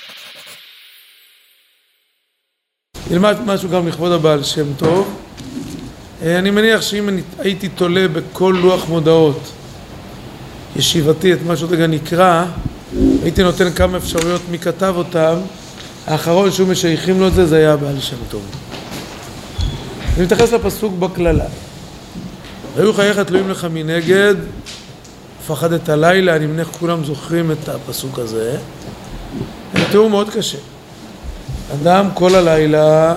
נלמד משהו גם לכבוד הבעל שם טוב. אני מניח שאם הייתי תולה בכל לוח מודעות ישיבתי את מה שעוד רגע נקרא, הייתי נותן כמה אפשרויות מי כתב אותם. האחרון שהוא משייכים לו את זה, זה היה הבעל שם טוב. אני מתייחס לפסוק בכללה. היו חייך תלויים לך מנגד, פחדת הלילה. אני מניח כולם זוכרים את הפסוק הזה. זה תיאור מאוד קשה. אדם כל הלילה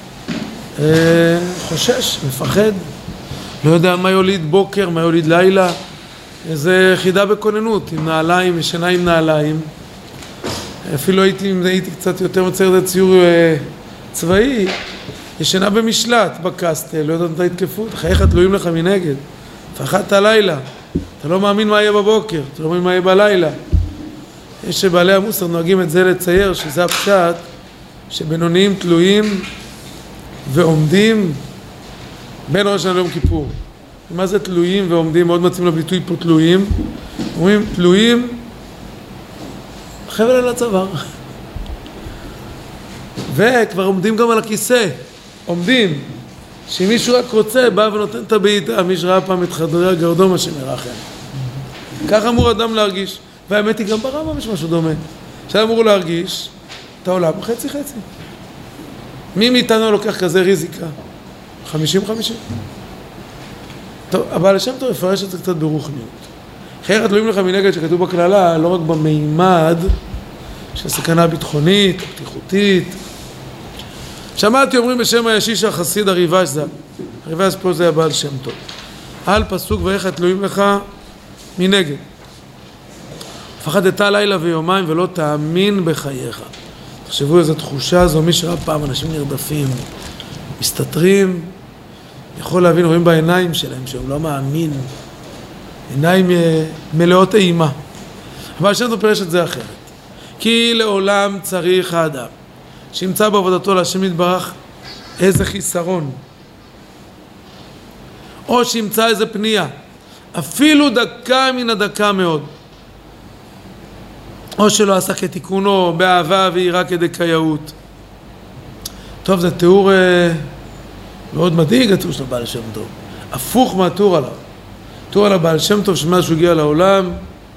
חושש, מפחד, לא יודע מה יוליד בוקר, מה יוליד לילה. איזה חידה בכוננות, עם נעליים, ישנה עם נעליים. אפילו הייתי קצת יותר מצייר את הציור צבאי, ישנה במשלט, בקסטל, לא יודעת מתי התקפות, חייך תלויים לך מנגד, פחדת הלילה, אתה לא מאמין מה יהיה בבוקר, אתה לא מאמין מה יהיה בלילה. יש שבעלי המוסר נוהגים את זה לצייר, שזה הפשט, שבינוניים תלויים ועומדים בין ראש השנה ליום כיפור. מה זה תלויים ועומדים? מאוד מצאים לביטוי פה תלויים. אומרים תלויים חבל על הצוואר. וכבר עומדים גם על הכיסא. עומדים. שמישהו רק רוצה, בא ונותן את הבעיטה. מי שראה פעם את חדרי הגרדום השם ירחם. כך אמור אדם להרגיש. והאמת היא גם ברמב"ם יש משהו דומה. שאמור להרגיש את העולם חצי חצי. מי מאיתנו לוקח כזה ריזיקה? 50-50. טוב, אבל השם טוב יפרש את זה קצת ברוחניות. חייך תלויים לך מנגד שכתוב בכללה, לא רק במימד של סכנה ביטחונית, פתיחותית. שמעתי אומרים בשם הישיש החסיד הריב"ש זה. הריב"ש פה זה הבעל שם טוב. על פסוק ואיך תלויים לך מנגד. פחדת לילה ויומיים ולא תאמין בחייך. תחשבו איזו תחושה זו, מי שראה פעם אנשים נרדפים, מסתתרים, יכול להבין, רואים בעיניים שלהם שהוא לא מאמין, עיניים מלאות אימה. אבל השם טוב פירש את זה אחרת. כי לעולם צריך האדם שימצא בעבודתו להשם יתברך איזה חיסרון, או שימצא איזה פנייה, אפילו דקה מן הדקה מאוד, או שלא עשה כתיקונו באהבה ויראה כדקייאות. טוב, זה תיאור מאוד מדאיג, התיאור של הבעל שם טוב. הפוך מהתיאור עליו. תיאור על הבעל שם טוב שמאז שהוא הגיע לעולם,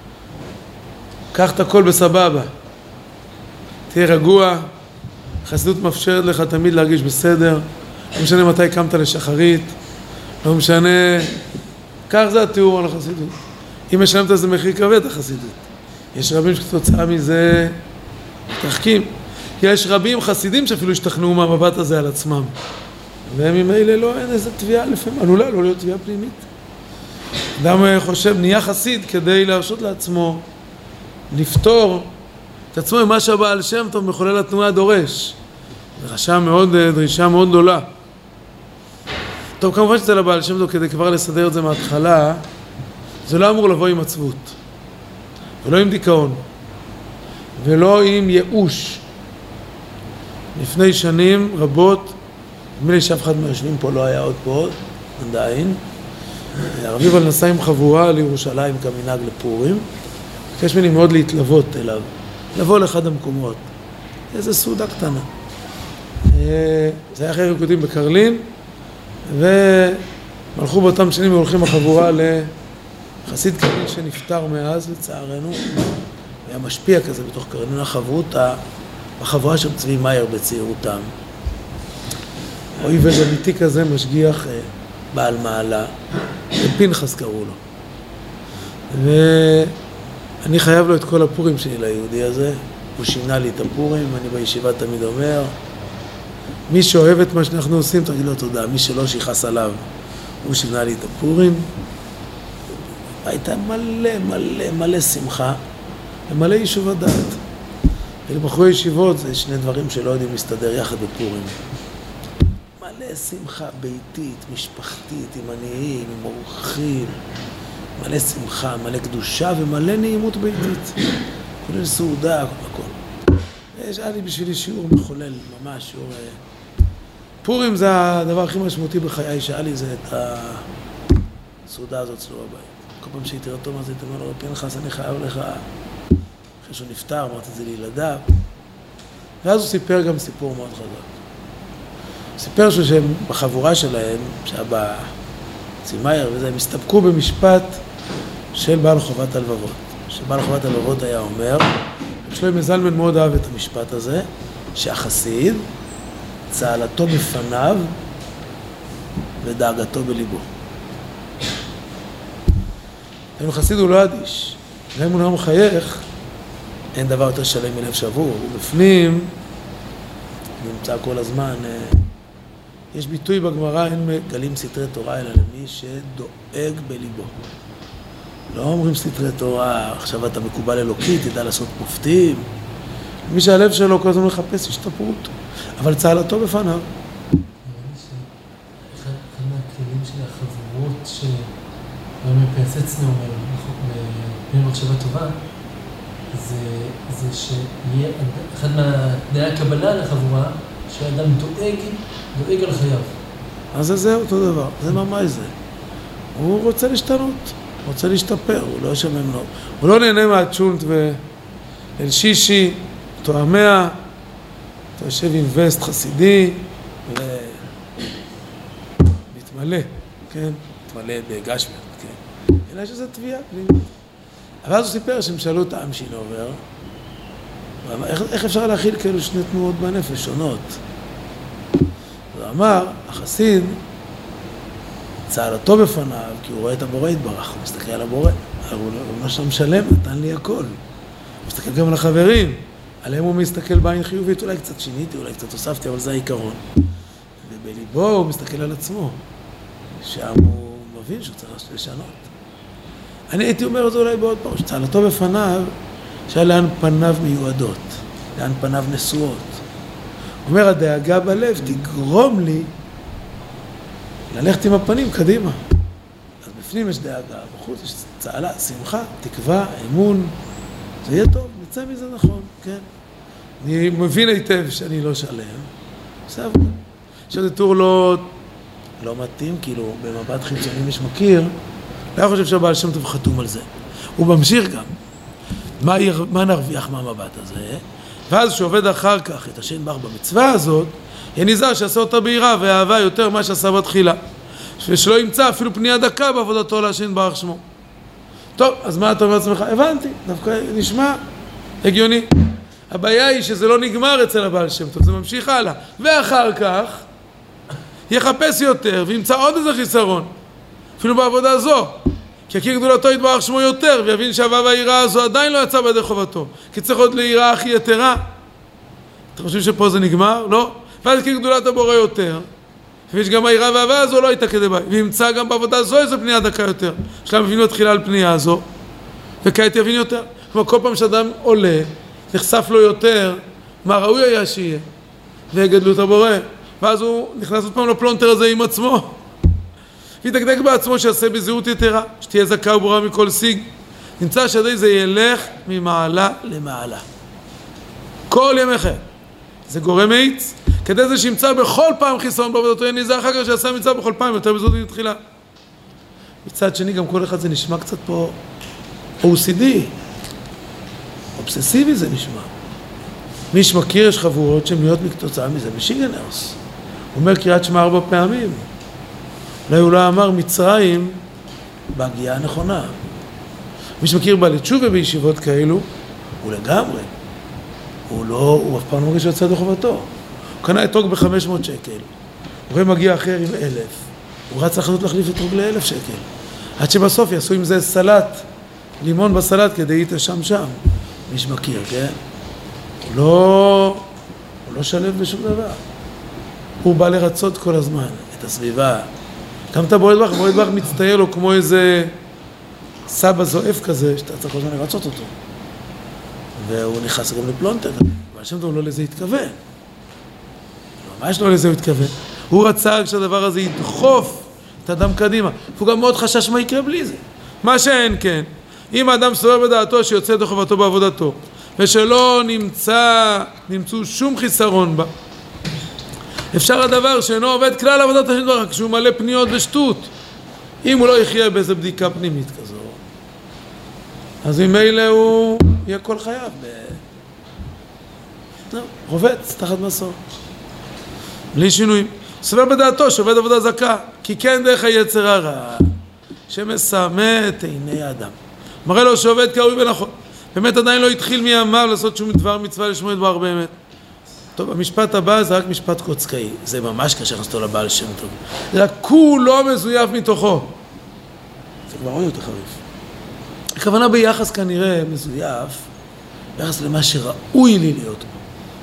קח את הכל בסבבה. תהיה רגוע, חסידות מאפשרת לך תמיד להרגיש בסדר, לא משנה מתי קמת לשחרית, לא משנה, כך זה התיאור על החסידות. אם משלמת איזה מחיר כבד החסידות. יש רבים שכתוצאה מזה מתרחקים. יש רבים חסידים שאפילו השתכנעו מהמבט הזה על עצמם. והם ממילא לא, אין איזה תביעה לפעמים, עלולה לא להיות תביעה פנימית. אדם חושב, נהיה חסיד כדי להרשות לעצמו, לפתור את עצמו ממה שהבעל שם טוב מחולל התנועה דורש. דרישה מאוד גדולה. טוב, כמובן שזה לבעל שם טוב כדי כבר לסדר את זה מההתחלה, זה לא אמור לבוא עם עצבות. ולא עם דיכאון, ולא עם ייאוש. לפני שנים רבות, נדמה לי שאף אחד מהיושבים פה לא היה עוד פה, עדיין, הרב יובל נסע עם חבורה לירושלים כמנהג לפורים, ביקש ממני מאוד להתלוות אליו, לבוא לאחד המקומות, איזו סעודה קטנה. זה היה אחרי ריקודים בקרלין, ומלכו באותם שנים והולכים החבורה חסיד קרלין שנפטר מאז לצערנו, היה משפיע כזה בתוך קרלין, החברותה, בחבורה של צבי מאייר בצעירותם. אויב אמיתי כזה משגיח בעל מעלה, פנחס קראו לו. ואני חייב לו את כל הפורים שלי ליהודי הזה, הוא שינה לי את הפורים, אני בישיבה תמיד אומר, מי שאוהב את מה שאנחנו עושים תגיד לו תודה, מי שלא שיחס עליו, הוא שינה לי את הפורים. הייתה מלא שמחה ומלא יישוב הדעת. ולבחורי ישיבות זה שני דברים שלא יודעים להסתדר יחד בפורים. מלא שמחה ביתית, משפחתית, עם עניים, עם אורחים, מלא שמחה, מלא קדושה ומלא נעימות ביתית. כולל סעודה, הכל. היה לי בשבילי שיעור מחולל, ממש שיעור... פורים זה הדבר הכי משמעותי בחיי, שהיה לי זה את הסעודה הזאת שלו בבית. כל פעם שהייתי רתום אז הייתי אומר לו, פנחס, אני חייב לך, אחרי שהוא נפטר, אמרתי את זה לילדיו, ואז הוא סיפר גם סיפור מאוד חזק. הוא סיפר שבחבורה שלהם, שהבא צימאייר וזה, הם הסתפקו במשפט של בעל חובת הלבבות. שבעל חובת הלבבות היה אומר, שלמה זלמן מאוד אהב את המשפט הזה, שהחסיד, צהלתו בפניו ודאגתו בליבו. אם החסיד הוא לא אדיש, גם אם הוא לא מחייך, אין דבר יותר שלם מלב שבור. הוא בפנים, נמצא כל הזמן, יש ביטוי בגמרא, אין מגלים סתרי תורה אלא למי שדואג בליבו. לא אומרים סתרי תורה, עכשיו אתה מקובל אלוקי, תדע לעשות מופתים. מי שהלב שלו כל הזמן מחפש השתפרות, אבל צהלתו בפניו. אחד מהכלים של החברות שרמי פייסצנה אומר, בפני מחשבה טובה, זה שיהיה אחד מהתנאי הקבלה לחבורה, שאדם דואג על חייו. אז זה אותו דבר, זה ממש זה. הוא רוצה להשתנות, רוצה להשתפר, הוא לא ישמם לו. הוא לא נהנה מהצ'ונט ואל שישי, תואמיה, אתה יושב עם וסט חסידי, ומתמלא, כן? מתמלא בגשמיות, כן? אלא שזה תביעה. אבל אז הוא סיפר שהם שאלו את העם שינובר, איך אפשר להכיל כאלו שני תנועות בנפש שונות? הוא אמר, החסיד, צהלתו בפניו, כי הוא רואה את הבורא יתברך, הוא מסתכל על הבורא, הוא לא שם שלם, נתן לי הכל. הוא מסתכל גם על החברים, עליהם הוא מסתכל בעין חיובית, אולי קצת שיניתי, אולי קצת הוספתי, אבל זה העיקרון. ובליבו הוא מסתכל על עצמו, שם הוא מבין שהוא צריך לשנות. אני הייתי אומר את זה אולי בעוד פעם, שצהלתו בפניו, שהיה לאן פניו מיועדות, לאן פניו נשואות. הוא אומר, הדאגה בלב תגרום לי ללכת עם הפנים קדימה. אז בפנים יש דאגה, בחוץ יש צהלה, שמחה, תקווה, אמון. זה יהיה טוב, נצא מזה נכון, כן. אני מבין היטב שאני לא שלם. בסדר. שזה טור לא מתאים, כאילו במבט חיצוני מי שמכיר, לא חושב שהבעל שם טוב חתום על זה. הוא ממשיך גם. מה נרוויח מהמבט הזה? ואז שעובד אחר כך את השם ברך במצווה הזאת, יהיה נזהר שעשה אותה ביראה ואהבה יותר מה שעשה בתחילה. ושלא ימצא אפילו פנייה דקה בעבודתו להשם ברך שמו. טוב, אז מה אתה אומר לעצמך? הבנתי, דווקא נשמע הגיוני. הבעיה היא שזה לא נגמר אצל הבעל שם טוב, זה ממשיך הלאה. ואחר כך יחפש יותר וימצא עוד איזה חיסרון. אפילו בעבודה זו. כי הכיר גדולתו יתברך שמו יותר, ויבין שהאהבה והיראה הזו עדיין לא יצא בידי חובתו. כי צריך עוד ליראה הכי יתרה. אתם חושבים שפה זה נגמר? לא. ואז הכיר גדולת הבורא יותר. ויש גם היראה והאהבה הזו לא הייתה כדי ביי. וימצא גם בעבודה זו איזו פנייה דקה יותר. שלם הבינו התחילה על פנייה הזו. וכעת יבין יותר. כמו כל פעם שאדם עולה, נחשף לו יותר, מה ראוי היה שיהיה. וגדלות הבורא. ואז הוא נכנס עוד פעם לפלונטר הזה עם עצמו. ויתקדק בעצמו שיעשה בזהות יתרה, שתהיה זכה וברורה מכל שיג. נמצא שעדי זה ילך ממעלה למעלה. כל ימי חיים. זה גורם מאיץ. כדי זה שימצא בכל פעם חיסרון בעבודתו, יהיה נזהר אחר כך שיעשה מצווה בכל פעם יותר בזהות מתחילה. מצד שני גם כל אחד זה נשמע קצת פה OCD. אובססיבי זה נשמע. מי שמכיר יש חבורות שהן להיות מכתוצאה מזה בשיגנרס. הוא אומר קריאת שמע 4 פעמים. אולי הוא לא אמר מצרים בהגיעה הנכונה. מי שמכיר בעלי תשובה בישיבות כאלו, הוא לגמרי. הוא אף פעם לא מרגיש שיוצא ידי חובתו. הוא קנה אתרוג ב-500 שקל. הוא רואה מגיע אחר עם 1,000. הוא רץ לחנות להחליף אתרוג ל1,000 שקל. עד שבסוף יעשו עם זה סלט, לימון בסלט כדי להתשם שם. מי שמכיר, כן? הוא לא שלב בשום דבר. הוא בא לרצות כל הזמן את הסביבה. גם את הבורא יתברך מצטייר לו כמו איזה סבא זועף כזה, שאתה צריך כל הזמן לרצות אותו. והוא נכנס גם לפלונטר, והשם טוב לא לזה התכוון. ממש לא לזה הוא התכוון. הוא רצה שהדבר הזה ידחוף את האדם קדימה. והוא גם מאוד חשש מה יקרה בלי זה. מה שאין כן, אם האדם סובר בדעתו שיוצא ידי חובתו בעבודתו, ושלא נמצאו שום חיסרון בה, אפשר הדבר שאינו עובד כלל עבודת השם יתברך, כשהוא מלא פניות ושטות. אם הוא לא יחיה באיזו בדיקה פנימית כזו, אז ממילא הוא יהיה כל חייו רובץ תחת מסור. בלי שינויים. סובר בדעתו שעובד עבודה זכה, כי כן דרך היצר הרע, שמסמא את עיני האדם. מראה לו שעובד כראוי ונכון. באמת עדיין לא התחיל מימיו לעשות שום דבר מצווה לשמו יתברך באמת. טוב, המשפט הבא זה רק משפט קוצקאי. זה ממש קשה לעשותו לבעל שם טוב. זה רק כולו מזויף מתוכו. זה כבר עוד יותר חריף. הכוונה ביחס כנראה מזויף, ביחס למה שראוי לי להיות בו.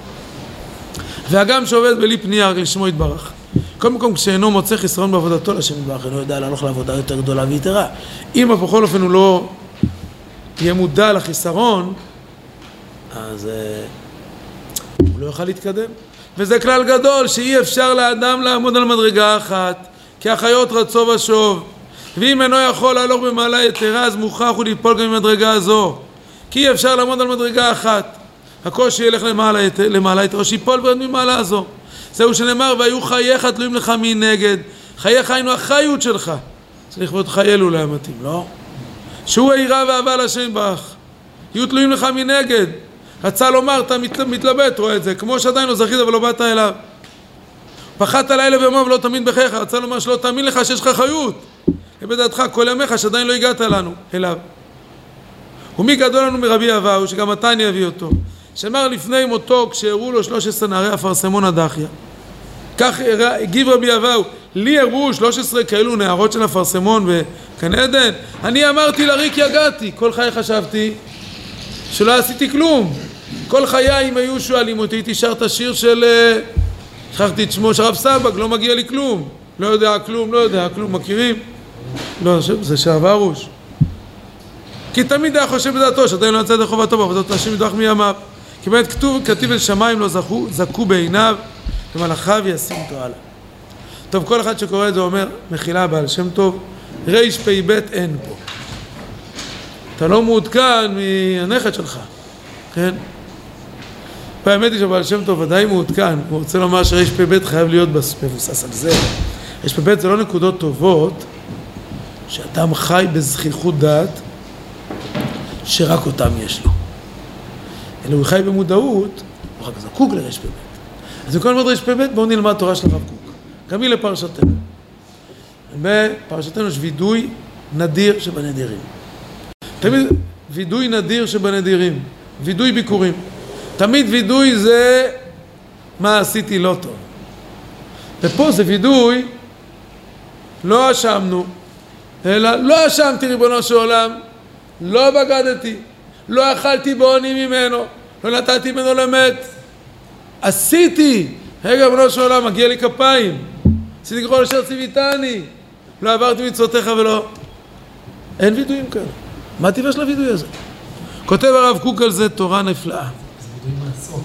והגם שעובד בלי פנייה רק לשמו יתברך. כל מקום כשאינו מוצא חיסרון בעבודתו לשם יתברך, אינו יודע להלוך לעבודה יותר גדולה ויתרה. אם בכל אופן הוא לא יהיה מודע לחיסרון, אז הוא לא יוכל להתקדם. וזה כלל גדול, שאי אפשר לאדם לעמוד על מדרגה אחת, כי החיות רצו ושוב. ואם אינו יכול להלוך במעלה יתרה, אז מוכרח הוא ליפול גם במדרגה הזו. כי אי אפשר לעמוד על מדרגה אחת. הקושי ילך למעלה יתרה, שיפול ברד ממעלה הזו. זהו שנאמר, והיו חייך תלויים לך מנגד. חייך היינו החיות שלך. צריך להיות חיילו לה מתאים, לא? שהוא היראה ואהבה להשם יתברך. יהיו תלויים לך מנגד. רצה לומר, אתה מתלבט, רואה את זה, כמו שעדיין לא זכית אבל לא באת אליו. פחדת לילה ויומם ולא תאמין בחייך, רצה לומר שלא תאמין לך שיש לך חיות. בדעתך כל ימיך שעדיין לא הגעת אליו. ומי גדול לנו מרבי אבאו, שגם מתניה הביא אותו, שאמר לפני מותו, כשהראו לו 13 נערי אפרסמון הדחיה. כך הגיב רבי אבאו, לי הראו 13 כאלו נערות של אפרסמון וכן עדן. אני אמרתי לריק יגעתי, כל חיי חשבתי שלא עשיתי כלום. כל חיי אם היו שואלים אותי, תישר את השיר של, שכחתי את שמו, שרב סבג, לא מגיע לי כלום. לא יודע כלום, מכירים? לא, זה שעבר ראש. כי תמיד היה חושב בדעתו, שעדיין לא יצא ידי חובתו בעבודת השם יתברך מימיו. כי באמת כתיב אל שמיים לא זכו בעיניו, ומלאכיו ישימתו הלאה. טוב, כל אחד שקורא את זה אומר, מחילה בעל שם טוב, ריש פי בית אין פה. אתה לא מעודכן מהנכד שלך, כן? והאמת היא שבעל שם טוב ודאי מעודכן, הוא רוצה לומר שריש פי בית חייב להיות מבוסס על זה. ריש פי בית זה לא נקודות טובות, שאדם חי בזכיחות דעת, שרק אותם יש לו. אלא הוא חי במודעות, הוא רק זקוק לריש פי בית. אז בכל זאת ריש פי בית, בואו נלמד תורה של הרב קוק. גם היא לפרשתנו. בפרשתנו יש וידוי נדיר שבנדירים. תמיד וידוי נדיר שבנדירים, וידוי ביקורים. תמיד וידוי זה מה עשיתי לא טוב. ופה זה וידוי, לא אשמנו, אלא לא אשמתי ריבונו של עולם, לא בגדתי, לא אכלתי בעוני ממנו, לא נתתי ממנו למת. עשיתי, רגע ריבונו של עולם, מגיע לי כפיים, עשיתי ככל אשר ציוויתני, לא עברתי מצוותיך ולא. אין וידויים כאלה. מה הטבע של הוידוי הזה? כותב הרב קוק על זה תורה נפלאה. זה וידוי מעשות.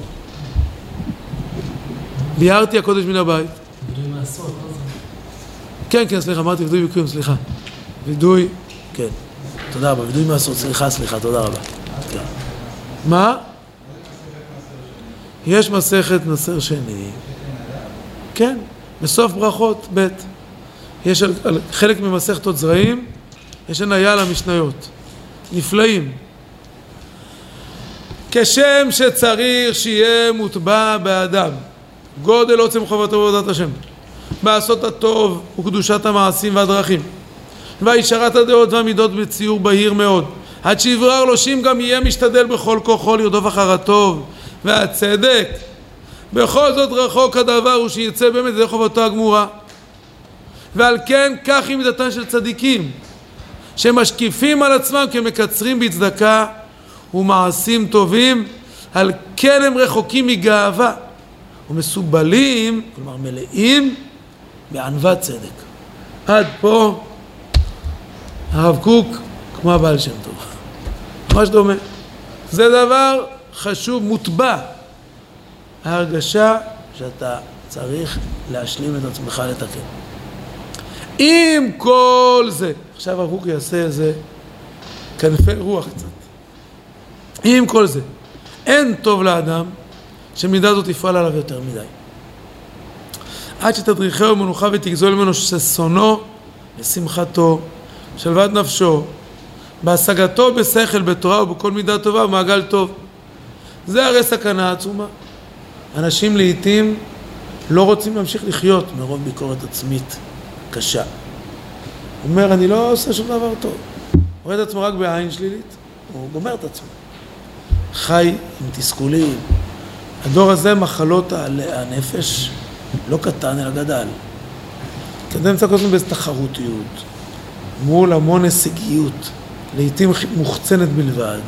ביארתי הקודש מן הבית. וידוי מעשות, לא זה. כן, סליחה, אמרתי וידוי ביקורים, סליחה. וידוי, כן. תודה רבה, וידוי מעשות, סליחה, תודה רבה. כן. מה? יש מסכת נסר שני. כן, בסוף ברכות ב'. יש על חלק ממסכתות זרעים, יש הניה למשניות. נפלאים. כשם שצריך שיהיה מוטבע באדם גודל עוצם חובתו ועבודת השם, בעשות הטוב וקדושת המעשים והדרכים, וישרת הדעות והמידות בציור בהיר מאוד, עד שיברר לו שאם גם יהיה משתדל בכל כוחו לרדוף אחר הטוב והצדק, בכל זאת רחוק הדבר הוא שיצא באמת ידי חובתו הגמורה. ועל כן כך היא מידתן של צדיקים, שמשקיפים על עצמם כמקצרים בצדקה ומעשים טובים, על כן הם רחוקים מגאווה ומסובלים, כלומר מלאים בענוות צדק. עד פה הרב קוק כמו הבעל שם טוב, ממש דומה. זה דבר חשוב, מוטבע, ההרגשה שאתה צריך להשלים את עצמך לתקן. עם כל זה, עכשיו הרב קוק יעשה איזה כנפי רוח קצת. עם כל זה, אין טוב לאדם שמידה זאת תפעל עליו יותר מדי. עד שתדריכהו מנוחה ותגזול ממנו ששונו ושמחתו, שלוות נפשו, בהשגתו בשכל, בתורה ובכל מידה טובה, במעגל טוב. זה הרי סכנה עצומה. אנשים לעתים לא רוצים להמשיך לחיות מרוב ביקורת עצמית קשה. הוא אומר, אני לא עושה שום דבר טוב. הוא רואה את עצמו רק בעין שלילית, הוא גומר את עצמו. חי עם תסכולים. הדור הזה מחלות הנפש לא קטן אלא גדל. כי אדם נמצא כל הזמן באיזו תחרותיות, מול המון הישגיות, לעתים מוחצנת בלבד.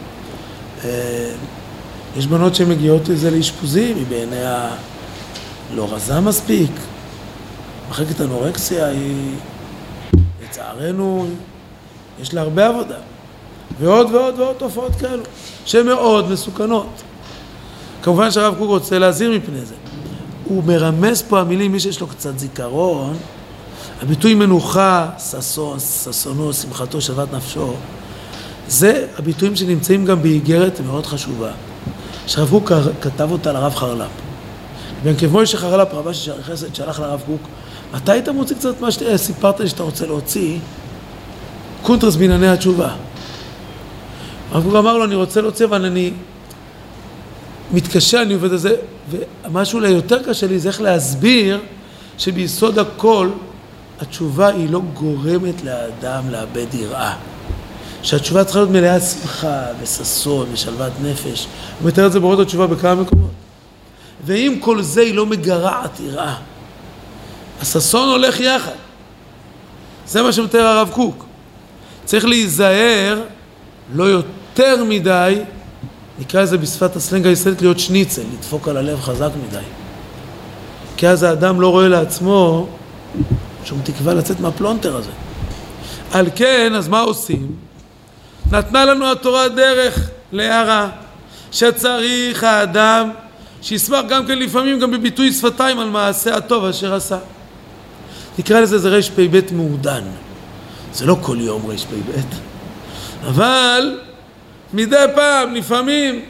יש בנות שמגיעות לזה לאשפוזים, היא בעיניה לא רזה מספיק. מחלקת אנורקסיה היא, לצערנו, יש לה הרבה עבודה. ועוד ועוד ועוד תופעות כאלו, שהן מאוד מסוכנות. כמובן שהרב קוק רוצה להזהיר מפני זה. הוא מרמז פה המילים, מי שיש לו קצת זיכרון, הביטוי מנוחה, ששונו, שמחתו, שלוות נפשו, זה הביטויים שנמצאים גם באיגרת מאוד חשובה. שהרב קוק כתב אותה לרב חרל"פ. בן כבוי שחרל"פ, רבה שחסד שלח לרב קוק, מתי היית מוציא קצת מה שסיפרת לי שאתה רוצה להוציא? קונטרס בענייני התשובה. הרב קוק אמר לו, אני רוצה להוציא, אבל אני מתקשה, אני עובד על זה, ומשהו ליותר קשה לי זה איך להסביר שביסוד הכל התשובה היא לא גורמת לאדם לאבד יראה. שהתשובה צריכה להיות מלאה שמחה וששון ושלוות נפש. הוא מתאר את זה בורות התשובה בכמה מקומות. ואם כל זה היא לא מגרעת יראה, הששון הולך יחד. זה מה שמתאר הרב קוק. צריך להיזהר לא יותר מדי, נקרא לזה בשפת הסלנג הישראלית להיות שניצל, לדפוק על הלב חזק מדי. כי אז האדם לא רואה לעצמו שום תקווה לצאת מהפלונטר הזה. על כן, אז מה עושים? נתנה לנו התורה דרך להערה, שצריך האדם שישמח גם כן לפעמים גם בביטוי שפתיים על מעשה הטוב אשר עשה. נקרא לזה זה רש פי בית מעודן. זה לא כל יום רש פי בית. אבל מדי פעם, לפעמים,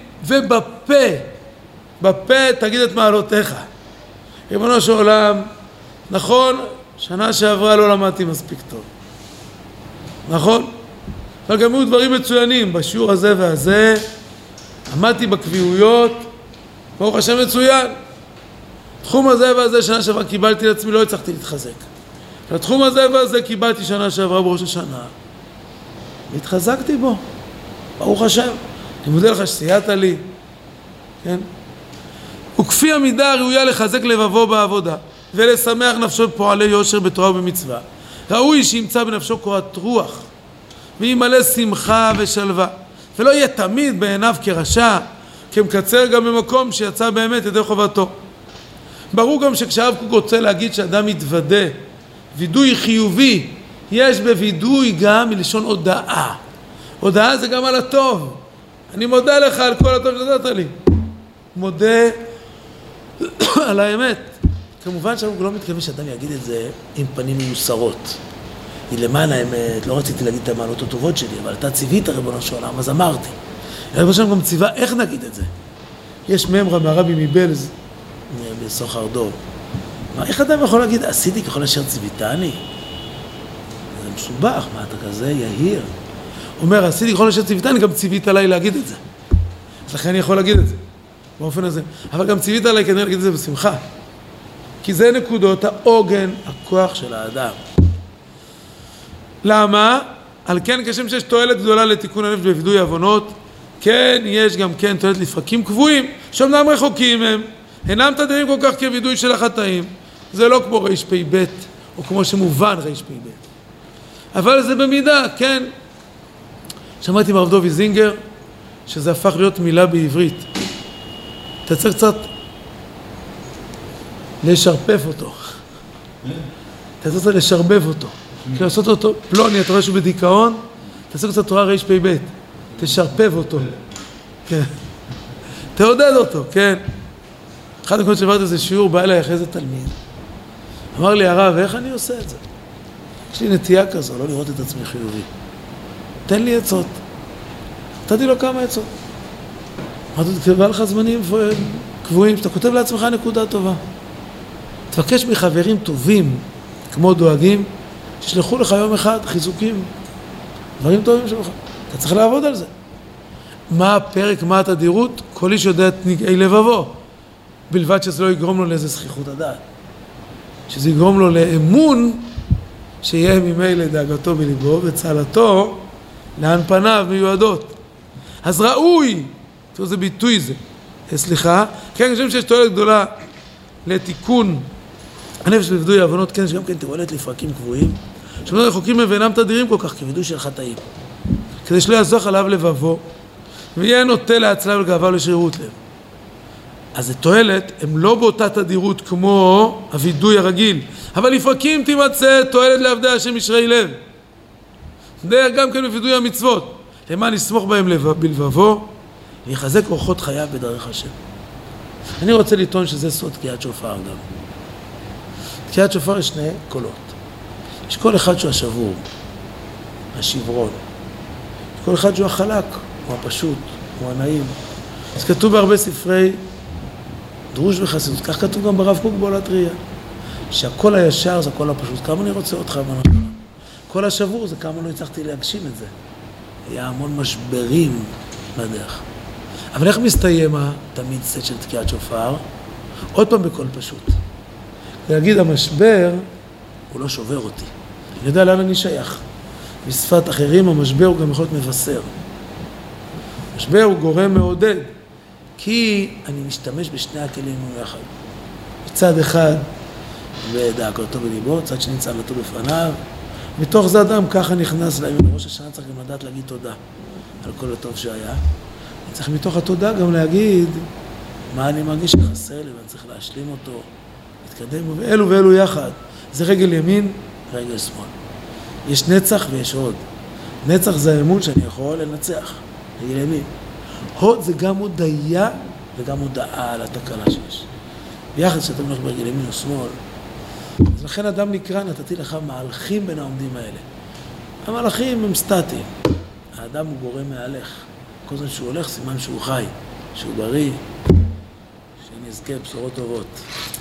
בפה תגיד את מעלותיך. ריבונו של עולם, נכון, שנה שעברה לא למדתי מספיק טוב. נכון? אבל גם היו דברים מצוינים, בשיעור הזה והזה, עמדתי בקביעויות, ברוך השם מצוין. תחום הזה והזה שנה שעברה קיבלתי לעצמי, לא הצלחתי להתחזק. לתחום הזה והזה קיבלתי שנה שעברה בראש השנה. והתחזקתי בו. ברוך השם, אני מודה לך שסייעת לי, כן? וכפי המידה ראויה לחזק לבבו בעבודה, ולשמח נפשו בפועלי יושר בתורה ובמצווה. ראוי שימצא בנפשו קורת רוח, וימלא שמחה ושלווה, ולא יהיה תמיד בעיניו כרשע, כמקצר גם במקום שיצא באמת ידי חובתו. ברור גם שכשהרב קוק רוצה להגיד שאדם מתוודה, וידוי חיובי, יש בוידוי גם מלשון הודאה. הודאה זה גם על הטוב. אני מודה לך על כל הטוב שנתת לי. מודה על האמת. כמובן שאנחנו לא מתכוונים שאדם יגיד את זה עם פנים מיוסרות. היא למען האמת, לא רציתי להגיד את המעלות הטובות שלי, אבל אתה ציווית ריבונו של עולם, אז אמרתי. ריבונו של עולם גם ציווה איך נגיד את זה. יש ממרה מהרבי מבלז, בסוחר דור. איך אדם יכול להגיד, עשיתי ככל אשר ציוויתני? זה מסובך, מה אתה כזה יהיר? אומר, עשיתי ככל אשר ציוויתני, גם ציווית עליי להגיד את זה. אז לכן אני יכול להגיד את זה, באופן הזה. אבל גם ציווית עליי כנראה להגיד את זה בשמחה. כי זה נקודות העוגן, הכוח של האדם. למה? על כן כשם שיש תועלת גדולה לתיקון הנפש בווידוי עוונות, כן יש גם כן תועלת לפרקים קבועים, שאומנם רחוקים הם, אינם תדירים כל כך כווידוי של החטאים. זה לא כמו רש פי בית, או כמו שמובן רש פי בית. אבל זה במידה, כן. שמעתי מהרב דובי זינגר, שזה הפך להיות מילה בעברית. אתה צריך קצת לשרפף אותו. אתה צריך קצת לשרבב אותו. כי לעשות אותו, פלוני, אתה רואה שהוא בדיכאון, אתה צריך קצת תורה רש פי בית. תשרפב אותו. כן. תעודד אותו, כן. אחד המקומות שעברתי איזה שיעור, בא אליי אחרי זה תלמיד. אמר לי, הרב, איך אני עושה את זה? יש לי נטייה כזו, לא לראות את עצמי חיובי. תן לי עצות. נתתי לו כמה עצות. אמרתי, תקבע לך זמנים קבועים, שאתה כותב לעצמך נקודה טובה. תבקש מחברים טובים, כמו דואגים, שישלחו לך יום אחד חיזוקים, דברים טובים שלך. אתה צריך לעבוד על זה. מה הפרק, מה התדירות? כל איש יודע את נגעי לבבו. בלבד שזה לא יגרום לו לאיזה זכיחות הדעת. שזה יגרום לו לאמון שיהיה ממילא דאגתו בליבו וצהלתו לאן פניו מיועדות. אז ראוי, תראו איזה ביטוי זה, סליחה, כן, אני חושב שיש תועלת גדולה לתיקון הנפש בווידוי העוונות, כן, שגם כן תועלת לפרקים קבועים, שלא רחוקים ואינם תדירים כל כך כווידוי של חטאים, כדי שלא יזוך עליו לבבו, ויהיה נוטה להצלה ולגאווה ולשרירות לב. אז זה תועלת, הם לא באותה תדירות כמו הווידוי הרגיל, אבל לפרקים תימצא תועלת לעבדי השם ישרי לב. דרך גם כן בווידוי המצוות, למען יסמוך בהם בלבבו, ויחזק אורחות חייו בדרך השם. אני רוצה לטעון שזה סוד תקיעת שופר גם. תקיעת שופר יש שני קולות. יש קול אחד שהוא השבור, השברון. יש קול אחד שהוא החלק, הוא הפשוט, הוא הנעים. אז כתוב בהרבה ספרי דרוש וחסידות, כך כתוב גם ברב קוק בעולת ראייה, שהקול הישר זה הקול הפשוט. כמה אני רוצה אותך בנכון. קול השבור זה כמה לא הצלחתי להגשים את זה. היה המון משברים בדרך. אבל איך מסתיים תמיד סט של תקיעת שופר? עוד פעם בקול פשוט. להגיד המשבר הוא לא שובר אותי. אני יודע לאן אני שייך. בשפת אחרים המשבר הוא גם יכול להיות מבשר. המשבר הוא גורם מעודד. כי אני משתמש בשני הכלים יחד. מצד אחד בדאגתו בליבו, צד שני צהלתו בפניו. מתוך זה אדם ככה נכנס להם. בראש השנה צריך גם לדעת להגיד תודה על כל הטוב שהיה. אני צריך מתוך התודה גם להגיד מה אני מרגיש שחסר לי ואני צריך להשלים אותו, להתקדם, ואלו ואלו יחד. זה רגל ימין, רגל שמאל. יש נצח ויש הוד. נצח זה האמון שאני יכול לנצח, רגל ימין. הוד זה גם הודיה וגם הודעה על התקלה שיש. ביחד שאתם הולך ברגל ימין או שמאל, אז לכן אדם נקרא, נתתי לך מהלכים בין העומדים האלה. המהלכים הם סטטיים. האדם הוא גורם מהלך. כל זמן שהוא הולך, סימן שהוא חי, שהוא בריא, שנזכה בשורות טובות.